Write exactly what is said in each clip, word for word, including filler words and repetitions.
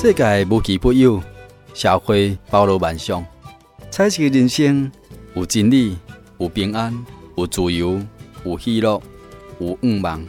世界无奇不有，社会包罗万象，彩色的人生有真理，有平安，有自由，有喜乐，有愿望。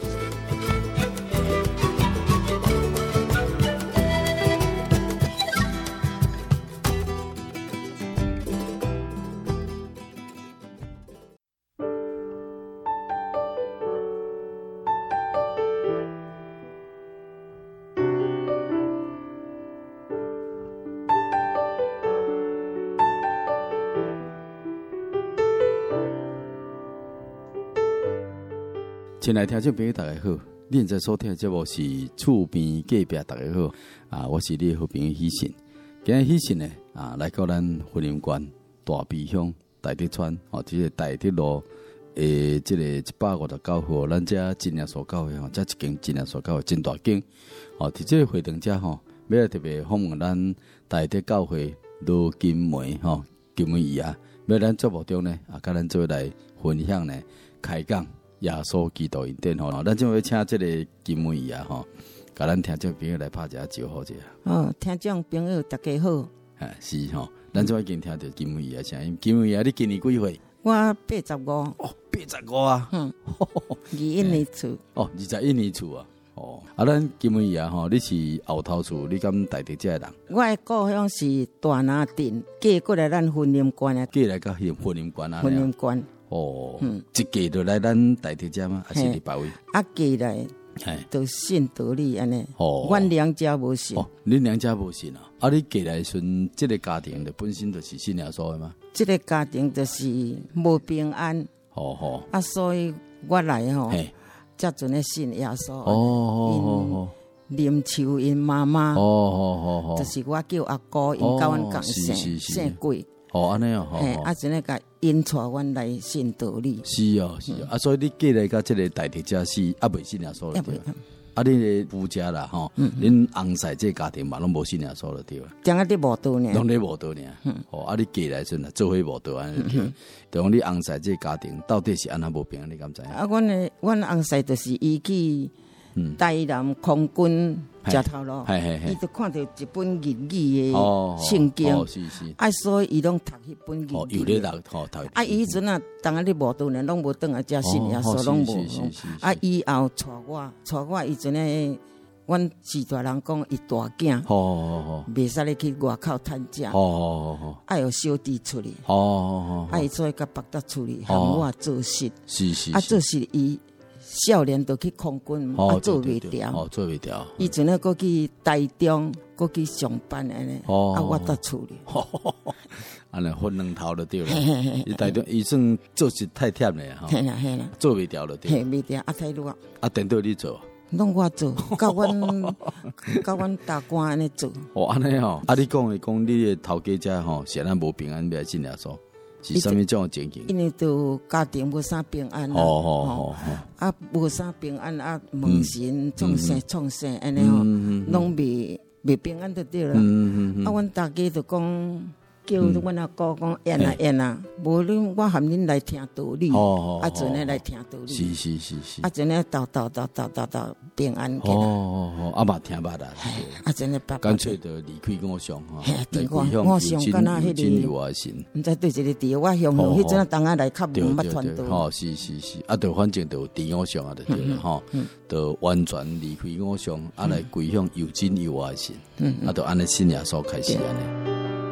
亲爱的听众朋友，大家好！你现在收听的节目是厝边隔壁，大家好啊！我是你的好朋友喜信。今日喜信呢啊，来到咱云林县大鼻乡大铁村哦，这个大铁路诶，这个一百五十九号，咱这真耶稣教会吼，这一间真耶稣教会真大间哦。伫这个会堂遮吼，要来特别访问咱大铁教会罗金梅吼，金梅姨啊，要咱节目中呢啊，甲咱做来分享呢开讲。耶稣基督恩典吼，咱就要请这个金梅姨啊吼，甲咱听众朋友来拍一下招呼一下。 哦，听众朋友大家好。 哎，是吼，咱就已经听到金梅姨的声音。金梅姨啊，你今年几岁？ 我八十五。 哦，八十五啊。嗯。 二一年厝。 哦，二十一年厝啊。哦，啊，咱金梅姨啊吼，你是后头厝，你敢大地这人？ 我的故乡是大拿镇，嫁过来咱云林县啊。 嫁来到云林县啊。 云林县。 哦，嗯，一嫁就来咱大铁遮吗？还是你别位？ 啊，嫁来，都信道理安尼。哦，阮娘家无信。 哦，你娘家无信啊？啊，你嫁来时，这个家庭的本身就是信耶稣的吗？ 这个家庭就是无平安。哦哦。啊，所以我来吼，才阵咧信耶稣。哦哦哦。林秋因妈妈。哦哦哦。就是我叫阿姑，因甲阮共姓，姓贵。 哦，安尼哦， 嘿，啊，真诶，甲因带阮来信道理。 是哦，是哦，啊，所以你过来甲即个大地遮是啊，未信耶稣了对吧？啊，你诶夫家啦吼，恁翁婿这家庭嘛，拢无信耶稣了对吧？ 正啊，伫无道呢， 拢伫无道呢。哦，啊，你过来阵啦，做伙无道安尼对。就讲你翁婿这家庭到底是安那无平安，你敢知？ 啊，阮诶，阮翁婿就是伊去台南空军。食头路，伊就看到一本日语的圣经，啊，所以伊拢读迄本日语。哦，有咧读，读。啊，伊迄阵啊，当然咧无多年，拢无转来遮信耶稣，拢无。啊，以后带我，带我伊阵咧，阮四大人讲伊大囝，哦，袂使咧去外口趁食，哦，爱有小弟出去，哦，啊，伊做甲别搭处理，含我做事，是是，啊，做事伊。少年都去空军，啊做袂调， 哦做袂调。 以前咧，过去台中，过去上班安尼，啊我得处理。 安尼分两头就对了。伊台中医生做事太忝了哈， 嘿啦嘿啦， 做袂调就对。 嘿袂调，啊太多。 啊等到你做， 拢我做，甲阮甲阮大官安尼做。 哦安尼吼，啊你讲诶讲你诶头家遮吼，显然无平安，要信耶稣。是啥物种情景？ 因为都家庭无啥平安啦，哦哦哦，啊无啥平安啊，问神创啥创啥安尼吼，拢未未平安得对啦。啊，阮大家就讲叫阮阿哥讲演啊演啊，无恁我含恁来听道理，啊阵咧来听道理， 是是是是， 啊阵咧叨叨叨叨叨叨平安起来， 哦哦，啊嘛听捌啦， 啊真咧爸爸， 干脆就离开我乡哈， 离开我乡，敢若迄个，毋知对一个地，我乡乡迄阵啊，当下来较无捌传道， 吼是是是，啊，就反正就离我乡啊，就对了吼，就完全离开我乡，啊来归向有真有爱心，啊，就安尼信耶稣开始安尼。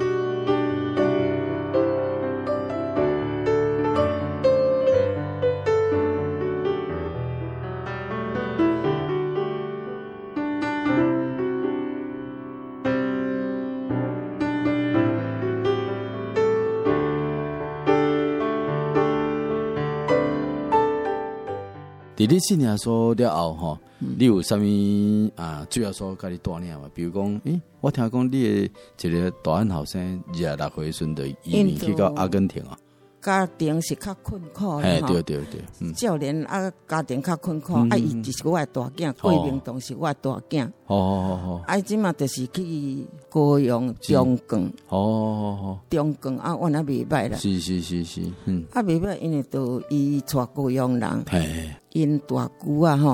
伫你信耶稣了后吼，你有啥物啊？主要说甲你带领嘛？比如讲，诶，我听讲你诶一个大汉后生二十六岁时阵移民去到阿根廷啊。 家庭是较困苦的， 哎，对对对， 嗯，少年啊，家庭较困苦，啊，伊就是我的大囝，桂明堂是我的大囝，哦哦哦，啊，即嘛就是去高雄中港，哦哦哦，中港啊，阮啊袂歹啦， 是是是是，嗯， 啊袂歹，因为都伊带高雄人，嘿，因大舅啊吼，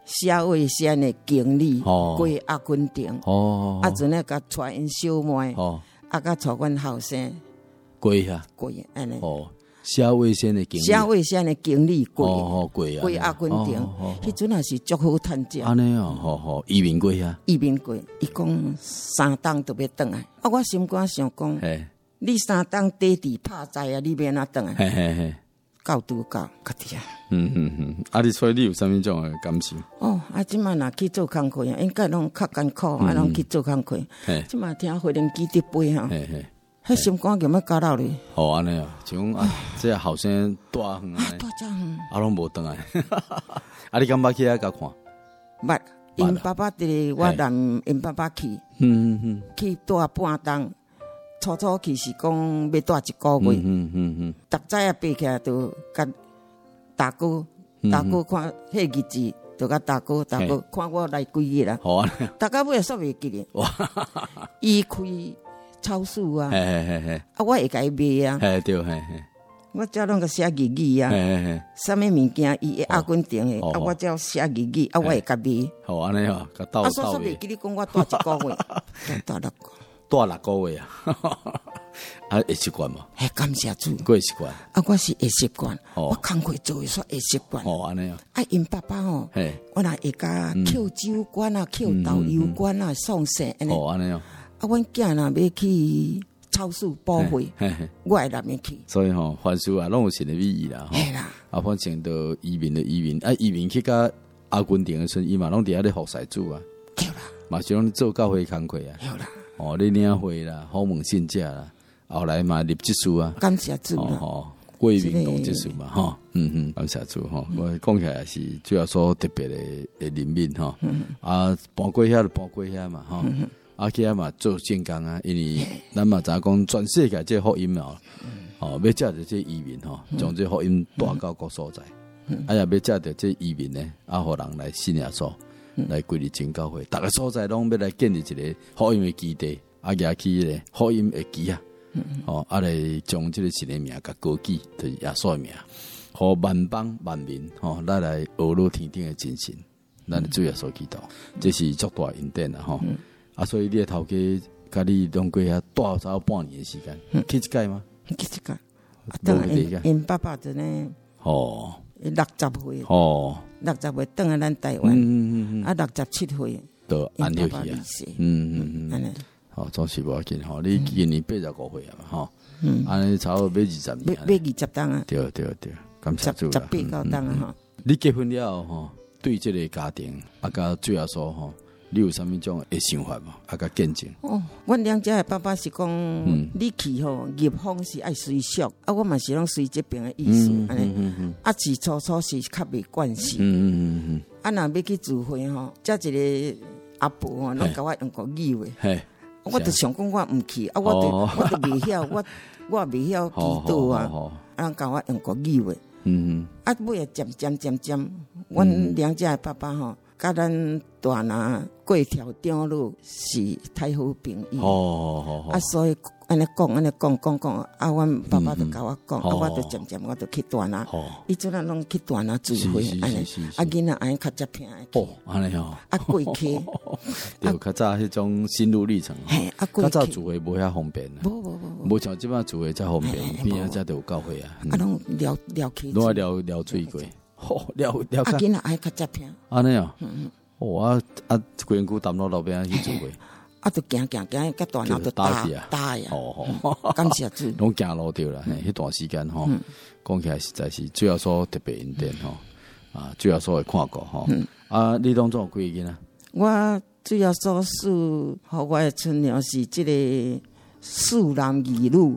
社会线的经理，归阿君亭，哦，啊，阵咧甲带因小妹，哦，啊，甲带阮后生， 归啊， 归安尼， 哦，社会线的经理， 社会线的经理归， 哦，归啊， 归阿君亭，迄阵也是足好趁食， 安尼哦，好好，移民归啊， 移民归，伊讲三档都要转来，啊，我心肝想讲，你三档地地拍在啊，你免哪转来？嘿嘿嘿。到拄到，家己啊。 嗯嗯嗯，啊，你所以你有啥物种诶感受？ 哦，啊，即满若去做工课啊，应该拢较艰苦，啊，拢去做工课。即满听回人机伫背哈，迄心肝叫要加落哩。 哦，安尼哦，像啊，这后生大远啊， 大只远， 啊，拢无转来。啊，你敢捌去遐甲看？ 捌，因爸爸伫我南，因爸爸去，嗯嗯嗯，去住半冬。初初去是讲要住一个月，嗯嗯嗯，逐早啊爬起来就甲大哥，大哥看迄日子，就甲大哥，大哥看我来几日啦。好啊，大家尾也煞袂记咧。哇，伊开超市啊，嘿嘿嘿嘿，啊我会甲伊卖啊，嘿对，嘿嘿，我照拢个写日语啊，嘿嘿嘿，啥物物件伊阿君订诶，啊我照写日语，啊我会甲卖。好安尼哦，甲斗斗。啊煞煞袂记你讲我住一个月，住六个。 住六个月啊，啊会习惯嘛？ 嘿，感谢主， 会习惯。 啊，我是会习惯，我工课做诶煞会习惯。 哦，安尼啊。 啊，因爸爸吼，我若会甲捡酒馆啊，捡豆油馆啊，送啥安尼。 哦，安尼啊。 啊，阮囝若要去超市补货，我会南面去。 所以吼，凡事啊，拢有神的意义啦。 系啦。 啊，反正都移民的移民，啊，移民去甲阿君亭诶时阵，伊嘛拢伫遐咧服侍主啊。 对啦。 嘛是拢做教会工课啊。 有啦。 哦，你领会啦，好问信假啦，后来嘛入职书啊， 感谢主啦， 哦，贵民读职书嘛，哈，嗯嗯，感谢主哈，我讲起来是主要说特别的的人民哈，啊，搬过遐就搬过遐嘛，哈，啊，去遐嘛做建工啊，因为咱嘛知影讲全世界这福音嘛，哦，要借着这移民哈，将这福音带到各所在，啊，也要借着这移民呢，啊，互人来信耶稣。来规日真教会，逐个所在拢要来建立一个福音的基地，啊，举起咧福音的旗啊，哦，啊来将这个神的名甲高举，就是耶稣的名，互万邦万民吼，咱来俄罗天顶的真神，咱主耶稣基督，这是足大恩典啦吼。啊，所以你的头家甲你拢过遐带走半年的时间，去一届吗？ 去一届，啊，当然，因爸爸真诶，哦，六十岁，哦。六十岁转来咱台湾，嗯嗯啊，六十七岁都安了去啊，嗯嗯嗯，安尼，好，总是无要紧吼，你今年八十五岁啊嘛，吼，嗯，安尼差不多买二十年， 买二十档啊， 对对对，感谢主啦， 十八九档啊吼， 你结婚了吼，对这个家庭啊，甲主要说吼。你有啥物种诶想法无？啊，甲见证。 哦，阮两家诶爸爸是讲，嗯、你去吼入风是爱随俗，啊，我嘛是拢随这边诶意思，安尼、嗯嗯嗯。啊，是初初是较袂惯势。嗯嗯嗯嗯。啊，若要去聚会吼，遮一个阿婆吼，拢甲我用国语话。我就想讲我毋去，啊，我就、哦、我就袂晓，我我袂晓祈祷啊，啊，甲我用国语话。嗯嗯。啊，尾啊渐渐渐渐，阮两家诶爸爸吼。甲咱大拿过条长路是太好朋友，哦啊，所以安尼讲，安尼讲讲讲，啊，阮爸爸就甲我讲，啊，我就渐渐我就去大拿，伊阵啊拢去大拿聚会，安尼，啊，囡仔安尼较接平的，哦， 安尼哦， 啊，过去， 就较早迄种心路历程，嘿，啊，较早聚会无遐方便，无无无，无像即摆聚会才方便，边啊才都有教会啊， 啊，拢聊聊起， 拢爱聊聊水过。哦，了了解。啊，囡仔爱较接平。 安尼啊，嗯哦啊啊，规身躯淡落路边去做过。 啊，就行行行，甲大脑就打打呀。哦哦，感谢主。 拢行路着啦，迄段时间吼，讲起来实在是最要说特别恩典吼，啊，最要说会看过吼。啊，你当中有几个囡仔？ 我最要说是，互我的亲娘是即个四男二女。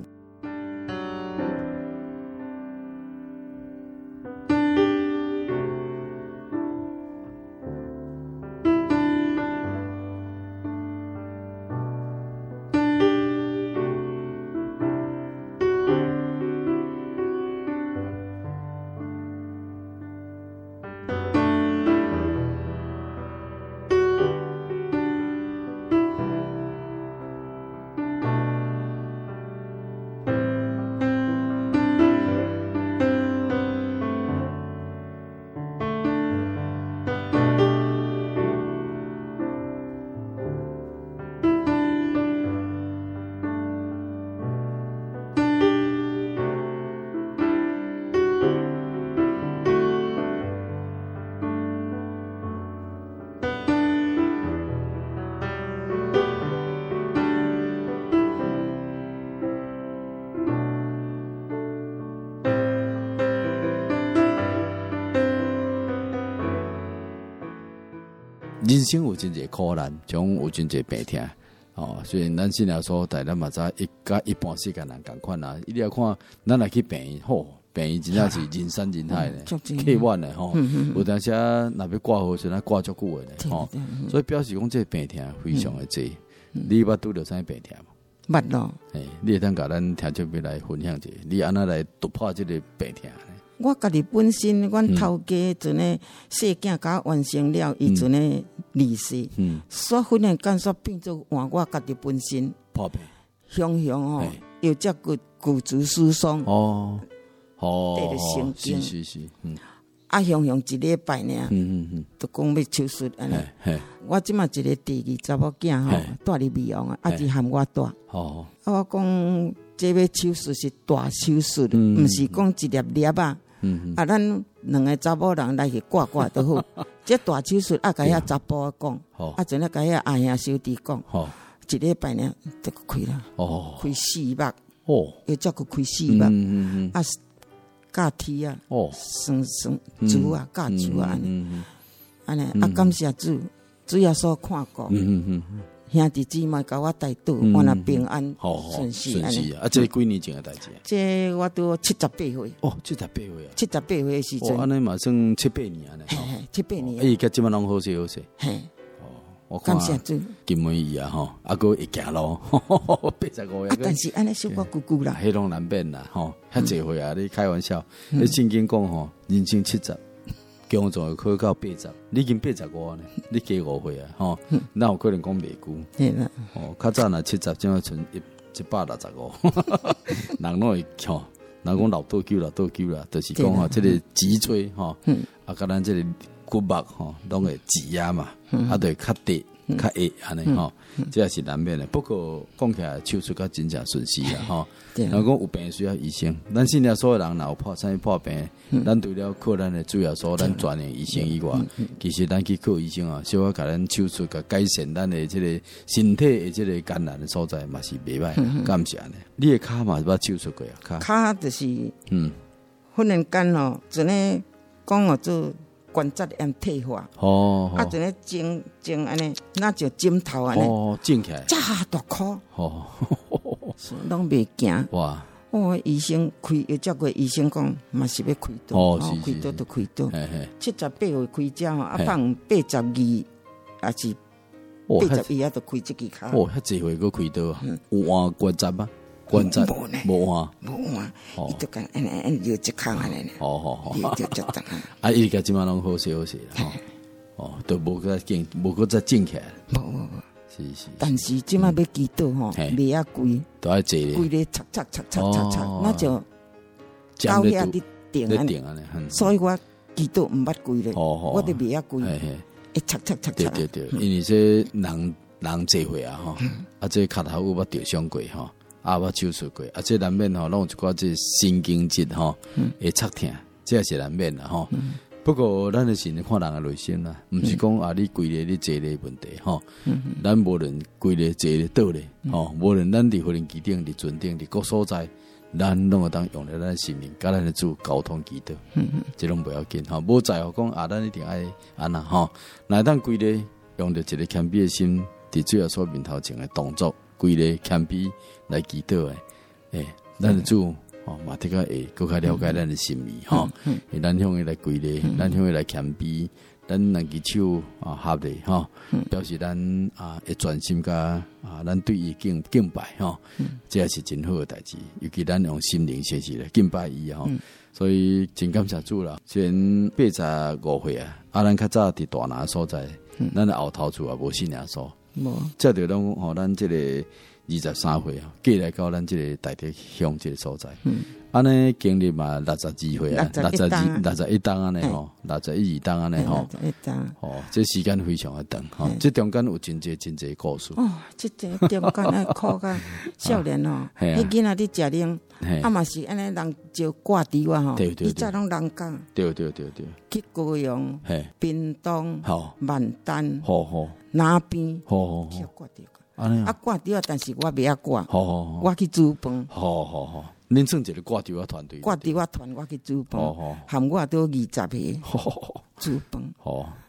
人生有真侪苦难，种有真侪病痛。哦，所以咱现在所在，咱嘛知一甲一般世界人共款啊。你来看，咱来去病院，吼，病院真正是人山人海咧，客万咧吼。有当时啊，若要挂号，就咱挂足久诶咧，吼。所以表示讲，这病痛非常诶济。你捌拄着啥病痛无？ 捌咯。 诶，你会当甲咱听众朋友来分享者，你安那来突破这个病痛呢？ 我家己本身，阮头家阵诶细囝甲完成了，伊阵诶离世，煞忽然间煞变做换我家己本身破病， 雄雄吼，有只骨骨质疏松哦哦， 得了神经， 是是是，嗯， 啊雄雄一礼拜呢， 嗯嗯嗯， 都讲要手术安尼，我即马一个第二查某囝吼，住伫美容啊，啊是含我住，哦，啊我讲这要手术是大手术，毋是讲一粒粒啊。嗯、啊，咱两个查某人来去挂挂都好。这大手术啊，甲遐查甫讲，啊，阵啊甲遐阿兄小弟讲，一礼拜呢，就开啦，哦、开四目，哦，要照顾开四目，嗯嗯、啊，架梯啊，哦，生生猪啊，架猪啊，安尼，安尼，啊，感谢主，主要所看过。嗯嗯嗯兄弟姊妹甲我带渡，我那平安顺遂安尼。 啊，这几年前的代志啊？ 这我都七十八岁。 哦，七十八岁啊！ 七十八岁的时阵， 安尼嘛算七八年安尼。 七八年。 伊甲即马拢好势好势。 嘿， 哦，我感谢主。 金门伊啊吼，啊个会行咯，八十五岁。 啊，但是安尼小可久久啦。 迄拢难变啦，吼，遐济岁啊！你开玩笑，你正经讲吼，人生七十。强壮会考到八十，你已经八十五呢，你加五岁啊，吼，那有可能讲袂久。 对啦， 哦，较早若七十，怎啊存一一百六十五，人拢会吼，人讲老倒久老倒久啦，就是讲吼，这个脊椎吼，啊，甲咱这个骨膜吼，拢会挤压嘛，啊，对，较低。较矮安尼吼，这也是难免的。不过讲起来，手术较真正顺利啦吼。然后讲有病需要医生，咱现在所有人若有破啥物破病，咱除了靠咱的主要所咱专业医生以外，其实咱去靠医生啊，小可甲咱手术，甲改善咱的这个身体的这个艰难的所在，嘛是袂歹。感谢呢，你的骹嘛是捌手术过啊？ 骹骹就是嗯，忽然间哦，真诶讲哦做。关节炎退化，哦，啊，就咧肿肿安尼，那就枕头安尼， 哦，肿起来， 遮大颗，哦，拢袂行，哇，哦，医生开有照过医生讲，嘛是要开刀，哦，开刀就开刀，七十八岁开只吼，啊，放八十二，也是八十一啊，就开这支骹， 哦，遐济岁个开刀啊，有换关节吗？关节无换， 无换，伊就讲安尼安尼就一康安尼， 哦好好， 就就等啊， 啊，伊个即马拢好势好势啦，哦，都无再紧，无搁再整起来， 无无无， 是是， 但是即马要祈祷吼，袂啊贵， 都爱坐咧， 贵咧，擦擦擦擦擦擦，那就高遐啲定安尼，所以我祈禱毋捌貴咧，我哋袂啊貴，一擦擦擦擦， 對對對，因為這人人濟歲啊吼，啊這腳頭有捌掉傷過吼。啊，捌手術過，啊，這難免吼，攏有一寡這神經質吼，會擦疼，這也是難免啦吼。不過，咱就是看人嘅內心啦，毋是講啊，你貴咧，你坐咧問題吼。咱無論貴咧，坐咧，倒咧，吼，無論咱佇飛行機頂、佇船頂、佇各所在，咱攏會當用咧咱心靈，甲咱嘅主溝通祈禱，這攏不要緊吼。無在乎講啊，咱一定愛安那吼，來當貴咧，用着一個謙卑嘅心，佇主要所面頭前嘅動作。規個謙卑來祈禱誒，誒，咱主哦，嘛的確會更加了解咱的心意吼，誒，咱向伊來規個，咱向伊來謙卑，咱兩隻手啊合咧吼，表示咱啊會專心甲啊，咱對伊敬敬拜吼，這也是真好嘅代志，尤其咱用心靈學習咧敬拜伊吼，所以真感謝主啦。雖然八十五歲啊，啊，咱較早佇大南所在，咱的後頭厝也無信仰所。這就攏吼，咱這個二十三歲啊，過來到咱這個大地鄉這個所在，安尼經歷嘛六十二歲啊，六十二、六十一檔安尼吼，六十一二檔安尼吼，哦，這時間非常的長吼，這中間有真濟真濟故事。 哦，這這中間啊，苦甲少年哦，迄囡仔佇食奶，啊嘛是安尼人就掛佇我吼，伊早攏人講， 對對對對， 去高雄、屏東、 好、 萬丹、 好好。 那邊， 好好好， 啊掛掉，但是我袂曉掛，我去煮飯。 好好好，恁算一個掛掉啊團隊， 掛掉啊團，我去煮飯，含我都二十個煮飯。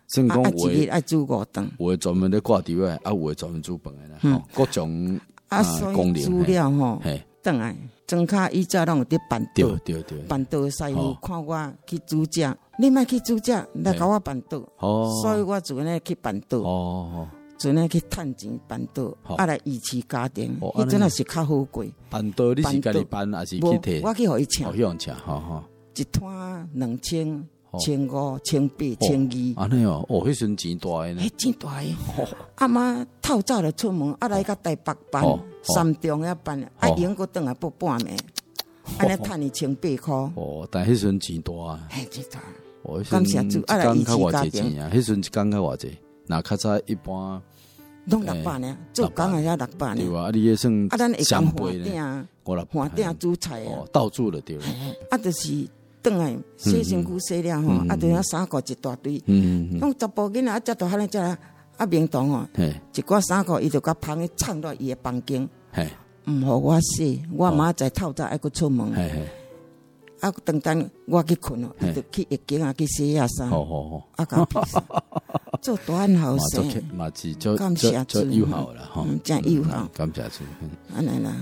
算讲啊，一日爱煮五顿， 有诶专门咧挂伫诶，啊有诶专门煮饭诶啦，吼，各种啊，所以资料吼，转来庄卡以前拢有伫办桌， 对对对， 办桌师傅看我去煮食，你莫去煮食，来甲我办桌，所以我就咧去办桌，哦，就咧去趁钱办桌，啊来维持家庭，迄阵也是较好过。 办桌你是家己办还是去摕？ 我去互伊请， 互伊请，吼吼， 一摊两千。千五、千八、千二， 安尼哦，哦，迄阵钱大诶呢， 迄钱大诶。阿妈透早就出门，啊来甲台北办，三中遐办，啊用个转来报半暝，安尼趁伊千八箍。 哦，但迄阵钱大啊， 嘿，钱大。 哦，感谢主，啊来维持家庭啊，迄阵一工较偌济，那较早一般拢六百呢，做工啊才六百呢。 对啊，啊你迄算啊，咱会讲饭店，饭店煮菜啊， 到住了对。 啊，就是。转来洗身躯洗了吼，啊，就遐衫裤一大堆，拢查甫囡仔啊，遮大汉咧遮啦，啊，明堂吼，一寡衫裤伊就甲放去藏到伊诶房间，毋互我洗，我妈在透早爱去出门，啊，等等我去困咯，伊就去浴巾啊去洗下衫，啊，甲皮做大汉后生，感谢主， 友好啦，吼， 真友好， 感谢主， 安尼啦。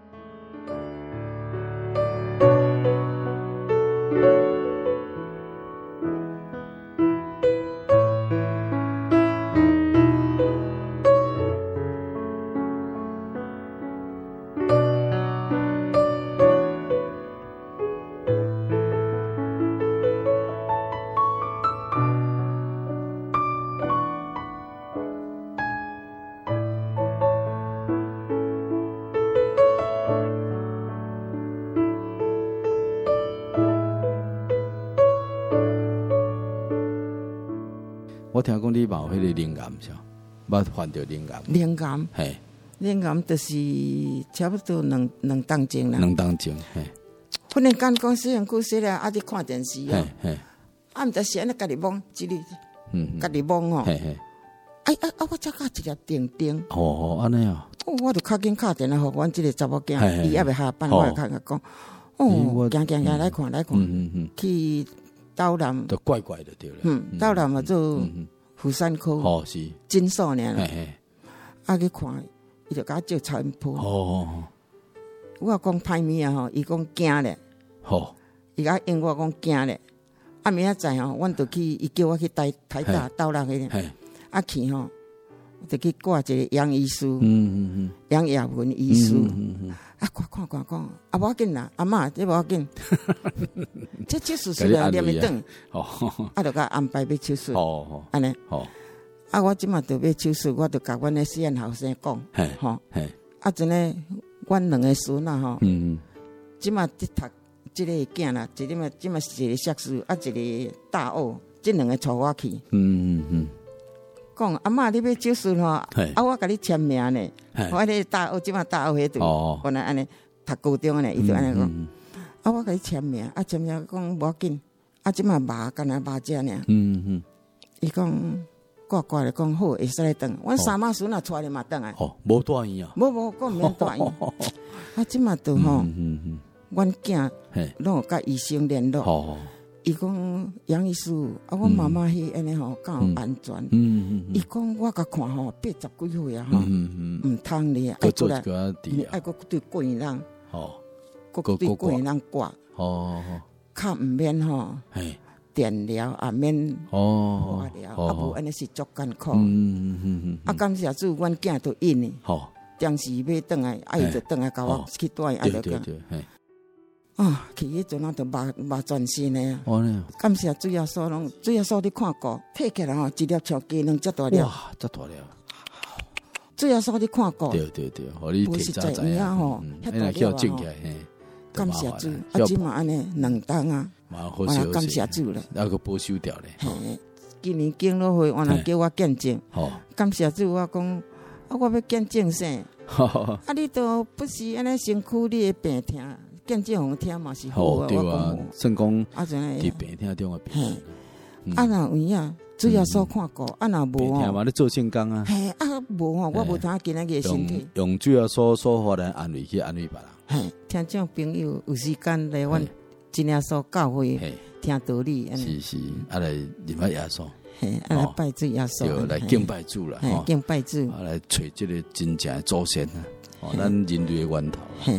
我听讲你冇迄个灵感，是冇患到灵感。 灵感， 嘿， 灵感就是差不多两两当前啦。 两当前，嘿。 忽然间讲洗身躯洗了，啊，伫看电视哦， 嘿， 啊，毋知是安尼家己摸，一日， 嗯， 家己摸哦， 嘿嘿。 哎啊啊！我才甲一粒钉钉。 哦哦，安尼啊。 哦，我就敲紧敲电话，互阮即个查某囝，伊还未下班，我就甲伊讲，哦，行行行，来看来看，嗯嗯去。刀南就怪怪的对了， 嗯，刀南嘛做妇产科， 哦是， 诊所呢，啊去看，伊就甲我照超音波，哦，我讲歹物啊吼，伊讲惊咧， 好， 伊甲应我讲惊咧，啊明仔载吼，阮就去，伊叫我去台台大刀南迄个，啊去吼，就去挂一个杨医师，嗯嗯嗯，杨亚文医师。啊，看看看看，啊，无要紧啦，阿嬷，这无要紧，这手术是来念会转，哦，啊，就甲安排要手术，哦，安尼，哦，啊，我即马就要手术，我就甲阮的实验后生讲，吼，啊，真诶，阮两个孙啊，吼，嗯，即马伫读即个囝啦，一个嘛，即马是一个硕士，啊，一个大二，即两个带我去，嗯嗯嗯。讲阿嬷，你要手术吼，啊，我甲你签名呢。我迄大二，即马大二迄度，原来安尼读高中呢，伊就安尼讲，啊，我甲你签名，啊，签名讲无要紧，啊，即马麻干那麻只呢。嗯嗯。伊讲挂挂咧讲好，会使来转。阮三妈孙啊，带咧嘛转来。 哦，无带院啊。 无无，我毋免带院。啊，即马都吼，阮囝拢有甲医生联络。伊讲杨医师，啊，我妈妈迄安尼吼，敢有安全？嗯嗯伊讲我甲看吼，八十几岁啊，吼，毋通咧，爱过来，爱过对过人，吼，过对过人挂，哦，较毋免吼，电疗也免化疗，啊无安尼是足艰苦。嗯嗯嗯啊，感谢主，阮囝都应呢，吼，当时要转来，啊伊就转来甲我去带，啊就讲。啊，去迄阵啊，就目目全身的啊！感谢主耶稣，拢主耶稣你看过，摕起来吼，一粒像鸡卵遮大粒， 哇，遮大粒！ 主耶稣你看过， 对对对，互你摕早知啊吼，遐大粒啊！感谢主，啊，即嘛安尼两当啊，我也感谢主咧， 那个保守掉咧。 今年敬老会，我来叫我见证，感谢主，我讲啊，我要见证啥？啊，你都不是安尼身躯你的病痛。见证互听嘛是好啊， 对啊，算讲啊，伫病听中啊病。 啊，若有影，主要所看过，啊，若无病嘛咧做正工啊。 嘿，啊，无吼，我无通今仔日身体用主要所所发来安慰去安慰别人。 嘿，听众朋友有时间来阮真耶稣教会听道理， 是是，啊来入去耶稣， 嘿，啊来拜主耶稣， 对，来敬拜主啦， 吼，敬拜主， 啊来找这个真正的祖先啊，哦，咱人类的源头。 嘿。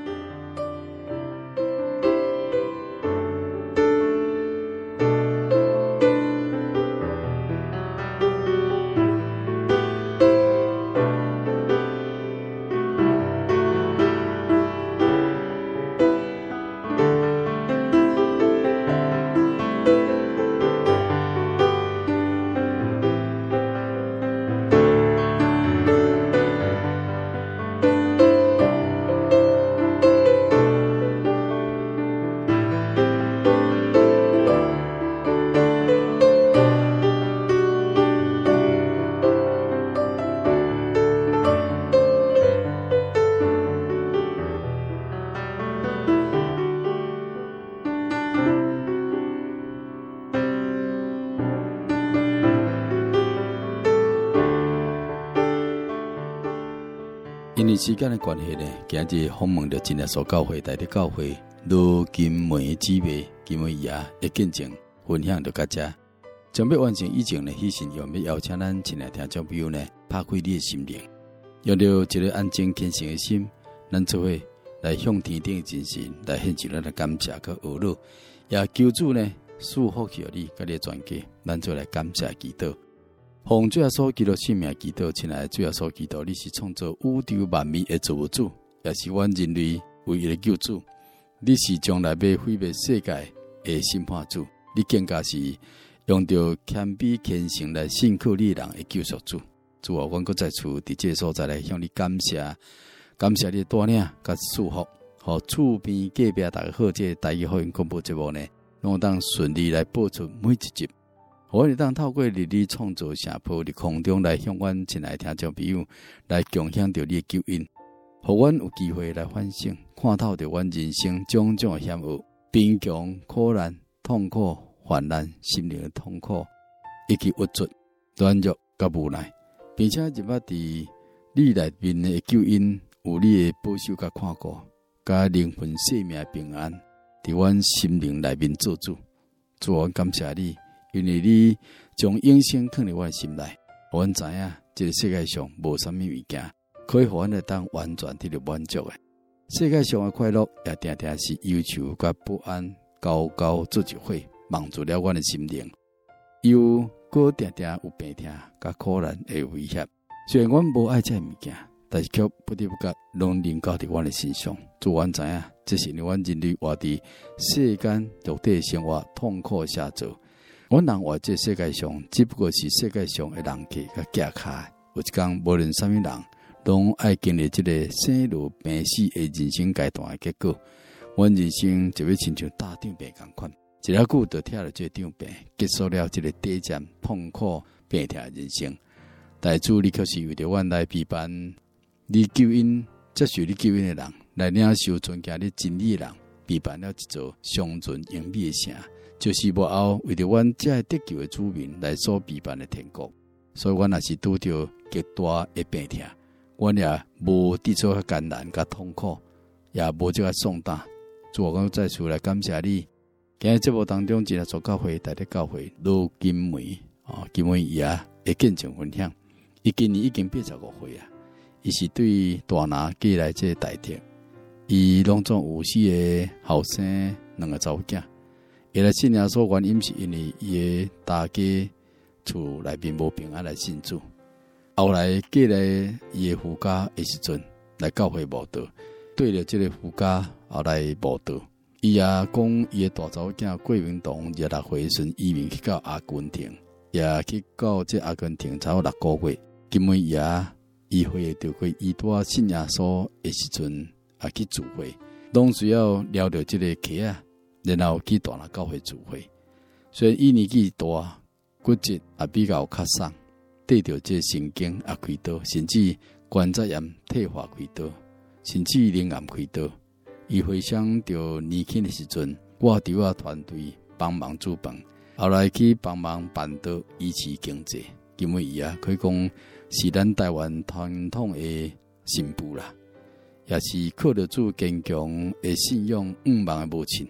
因为时间的关系呢，今日访问着真耶稣教会台的教会罗金梅姊妹金梅爷的见证分享到大家。将要完成以前呢，迄时用要邀请咱亲爱听众朋友呢，拍开你的心灵，用着一个安静虔诚的心，咱做伙来向天顶的真神来献上咱的感谢和懊恼，也求主呢祝福给你甲你的全家，咱做来感谢祈祷。奉主耶稣基督性命祈祷，亲爱的主耶稣基督，你是创造宇宙万物的造物主，也是阮人类唯一的救主。你是将来要毁灭世界的审判主，你更加是用着谦卑虔诚来信靠你人的救赎主。主啊，阮搁再次伫这所在来向你感谢，感谢你的带领甲祝福，互厝边隔壁大家好，这台语福音广播节目呢，拢当顺利来播出每一集。我哋当透过日日创造声波伫空中来向阮亲爱听众朋友来共享着你的救恩，互阮有机会来反省，看透着阮人生种种的险恶、贫穷、苦难、痛苦、患难、心灵的痛苦，以及无助、软弱甲无奈，并且入捌伫你内面的救恩，有你的保守甲看顾，甲灵魂生命平安，伫阮心灵内面做主。主，我感谢你。因为你将永生放在阮心内，互阮知影，这个世界上无啥物物件可以互阮来当完全得到满足的。世界上的快乐也常常是忧愁甲不安高高做一伙，蒙住了阮的心灵。又搁常常有病痛甲苦难的威胁。虽然阮无爱这物件，但是却不得不觉拢临到伫阮的身上。主，阮知影，这是阮人类活伫世间肉体生活痛苦下做。阮人活在世界上，只不过是世界上的人客甲寄卡。有一天，无论啥物人，拢爱经历这个生老病死的人生阶段的结果。阮人生就要亲像大场病共款，一了久就听了这场病，结束了这个短暂痛苦病痛的人生。但主，你却是为着阮来陪伴你救恩、接受你救恩的人，来领受尊敬你真理的人，陪伴了一座上尊荣美的城。就是幕后为着阮这得救的主民来所陪伴的天国，所以阮也是拄着极大的病痛，阮也无抵触较艰难甲痛苦，也无这个重担。主，我再次来感谢你。今日节目当中，真耶稣教会台的教会罗金梅啊，金梅爷的见证分享。伊今年已经八十五岁啊，伊是对大拿寄来这大德，伊拢总有四个后生，两个查某囝。伊来信仰所原因是因为伊的大家厝内面无平安来信主，后来寄来伊的夫家的时阵来教会慕道，对着这个夫家后来慕道，伊也讲伊的大查某囝郭明堂廿六岁时移民去到阿根廷，也去到这阿根廷差不多六个月，今尾也伊会着过伊拄信仰所的时阵也去聚会，拢需要聊着这个客啊。然后去大拿教会聚会，虽然伊年纪大，骨质也比较较瘦，得到这神经也开刀，甚至关节炎退化开刀，甚至灵癌开刀。伊回想着年轻的时阵，我伫我团队帮忙煮饭，后来去帮忙办道医治经济，因为伊啊可以讲是咱台湾传统的新妇啦，也是靠着主坚强的信仰五万的母亲。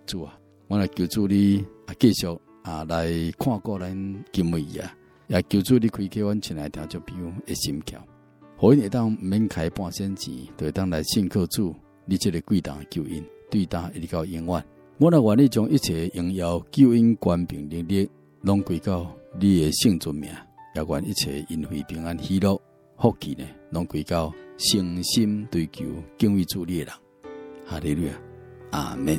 主啊，我来求主你啊继续啊来看顾咱金美啊，也求主你开启阮亲爱听众朋友的心窍，互因会当毋免开半仙钱，就会当来信靠主你这个贵大的救恩，对他一直到永远。我来愿意将一切荣耀、救恩、权柄、能力，拢归到你的圣尊名，也愿一切因为平安、喜乐、福气呢，拢归到诚心追求敬畏主你的人。哈利路亚，阿们。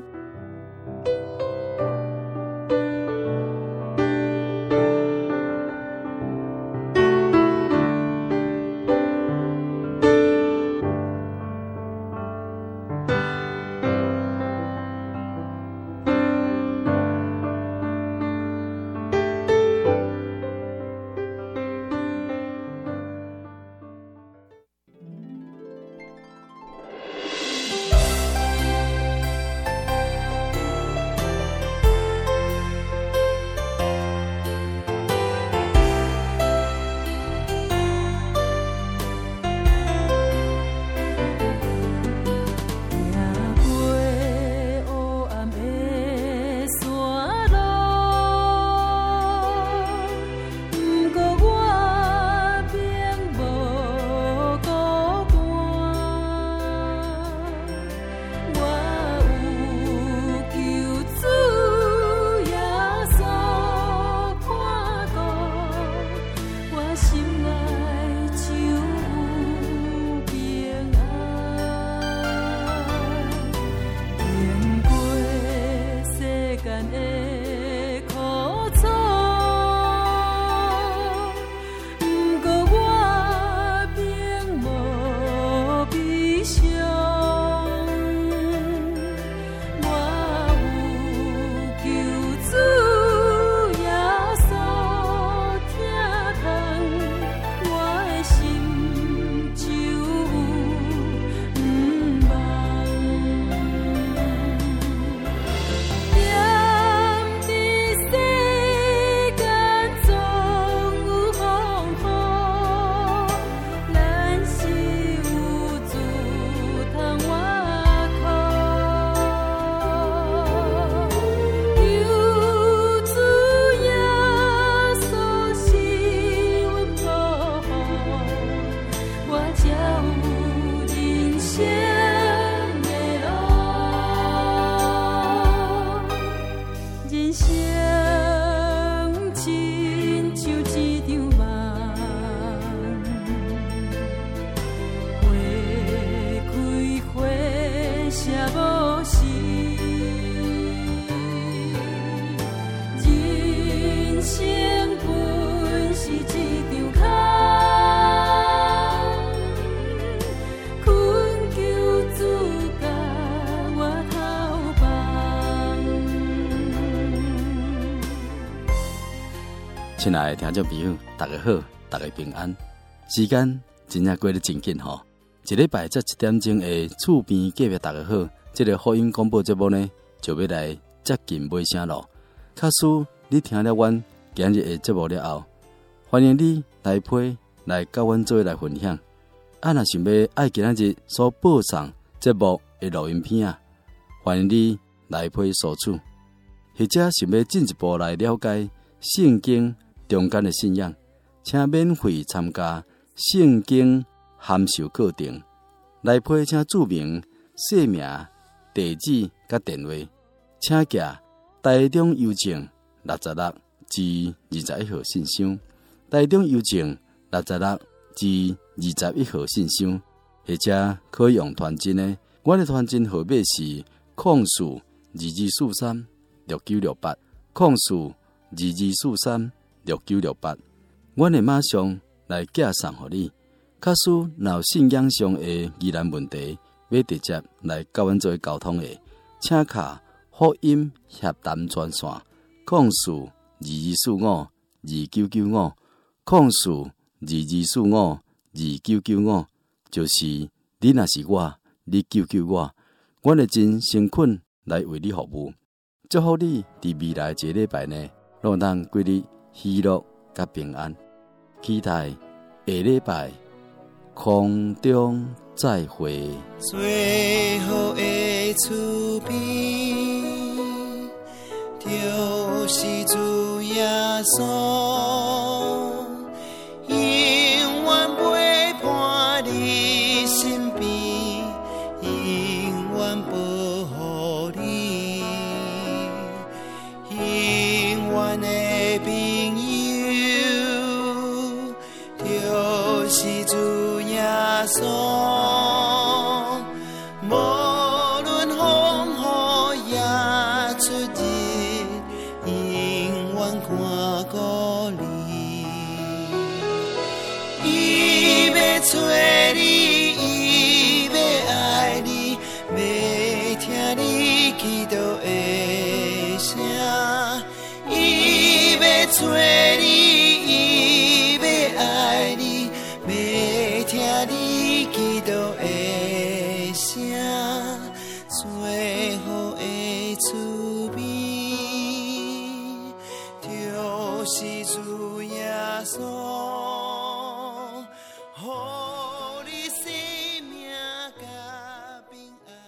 亲爱的听众朋友，大家好，大家平安。时间真正过得真紧吼，一礼拜这一点钟的厝边隔壁大家好，这个福音广播节目呢，就要来接近尾声咯。假使你听了阮今日的节目了后，欢迎你来批来跟阮做来分享。啊，若想要爱今日所播送节目的录音片啊，欢迎你来批索取，或者想要进一步来了解圣经中间的信仰，请免费参加圣经函授课程。来批请注明姓名、地址甲电话，请寄台中邮政六十六至二十一号信箱。台中邮政六十六至二十一号信箱，或者可以用传真的。我的传真号码是空数二二四三六九六八，空数二二四三六九六八，我会马上来寄送给你。假使有信仰上的疑难问题，要直接来跟阮做沟通的，请卡福音协谈专线，控诉二二四五二九九五，控诉二二四五二九九五，就是你若是我，你救救我，我会真诚恳来为你服务。祝福你伫未来一个礼拜呢，让咱过日喜乐甲平安。期待下礼拜空中再会。 最后的厝边就是主耶稣，永远陪伴你身边，永远保护你，永远的朋友，就是主耶稣。看顾你，伊要找